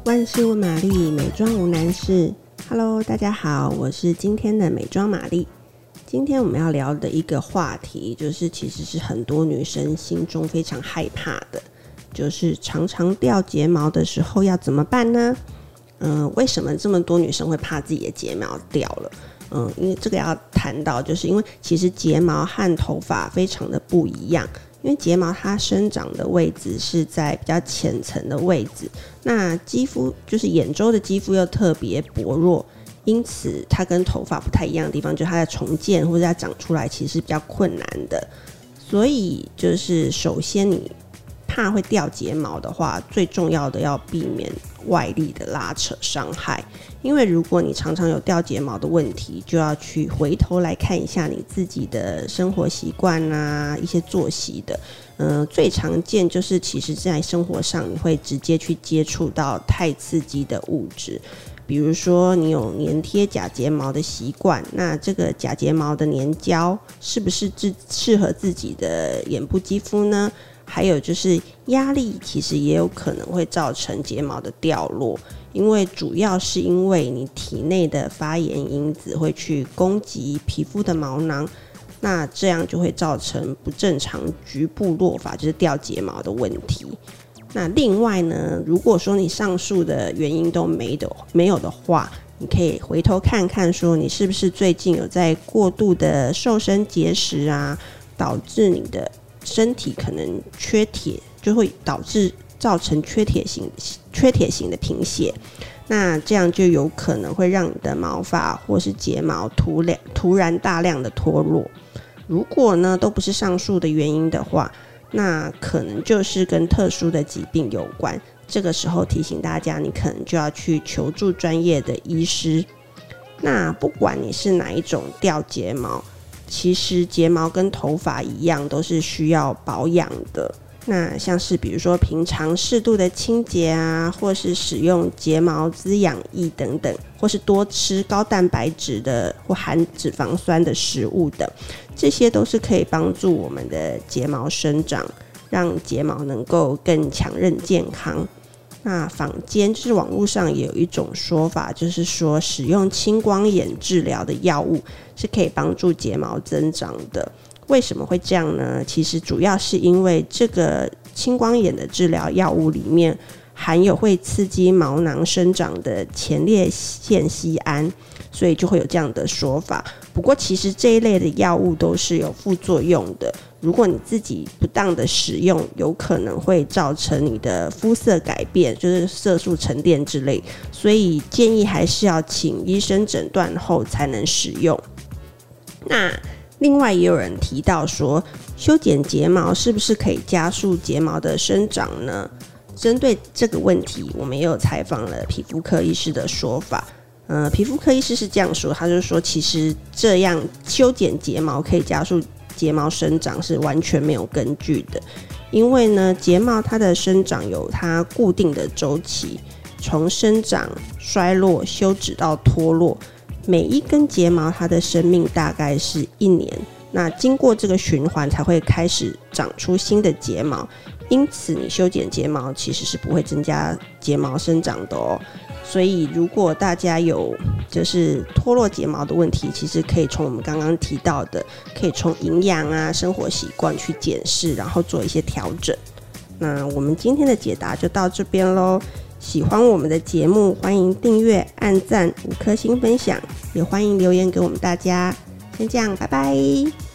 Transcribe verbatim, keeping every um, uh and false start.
万事问玛丽，美妆无难事。Hello， 大家好，我是今天的美妆玛丽。今天我们要聊的一个话题，就是其实是很多女生心中非常害怕的，就是常常掉睫毛的时候要怎么办呢？嗯、呃，为什么这么多女生会怕自己的睫毛掉了？嗯，因为这个要谈到，就是因为其实睫毛和头发非常的不一样。因为睫毛它生长的位置是在比较浅层的位置，那肌肤就是眼周的肌肤又特别薄弱，因此它跟头发不太一样的地方，就是它的重建或者它长出来其实是比较困难的。所以就是首先你怕会掉睫毛的话，最重要的要避免外力的拉扯伤害。因为如果你常常有掉睫毛的问题，就要去回头来看一下你自己的生活习惯啊，一些作息的。呃，最常见就是其实在生活上你会直接去接触到太刺激的物质，比如说你有粘贴假睫毛的习惯，那这个假睫毛的粘胶是不是适合自己的眼部肌肤呢？还有就是压力其实也有可能会造成睫毛的掉落，因为主要是因为你体内的发炎因子会去攻击皮肤的毛囊，那这样就会造成不正常局部落发，就是掉睫毛的问题。那另外呢，如果说你上述的原因都没的没有的话，你可以回头看看说你是不是最近有在过度的瘦身节食啊，导致你的身体可能缺铁，就会导致造成缺铁型缺铁型的贫血，那这样就有可能会让你的毛发或是睫毛突然突然大量的脱落。如果呢都不是上述的原因的话，那可能就是跟特殊的疾病有关。这个时候提醒大家，你可能就要去求助专业的医师。那不管你是哪一种掉睫毛，其实睫毛跟头发一样都是需要保养的。那像是比如说平常适度的清洁啊，或是使用睫毛滋养液等等，或是多吃高蛋白质的或含脂肪酸的食物等，这些都是可以帮助我们的睫毛生长，让睫毛能够更强韧健康。那坊间就是网络上也有一种说法，就是说使用青光眼治疗的药物是可以帮助睫毛增长的。为什么会这样呢？其实主要是因为这个青光眼的治疗药物里面含有会刺激毛囊生长的前列腺酰胺，所以就会有这样的说法。不过其实这一类的药物都是有副作用的，如果你自己不当的使用，有可能会造成你的肤色改变，就是色素沉淀之类，所以建议还是要请医生诊断后才能使用。那另外也有人提到说，修剪睫毛是不是可以加速睫毛的生长呢？针对这个问题，我们也有采访了皮肤科医师的说法。呃，皮肤科医师是这样说，他就说其实这样修剪睫毛可以加速睫毛生长是完全没有根据的，因为呢，睫毛它的生长有它固定的周期，从生长、衰落、休止到脱落，每一根睫毛它的生命大概是一年，那经过这个循环才会开始长出新的睫毛，因此你修剪睫毛其实是不会增加睫毛生长的哦。所以如果大家有就是脱落睫毛的问题，其实可以从我们刚刚提到的，可以从营养啊、生活习惯去检视，然后做一些调整。那我们今天的解答就到这边咯。喜欢我们的节目，欢迎订阅、按赞、五颗星分享，也欢迎留言给我们大家。先这样，拜拜。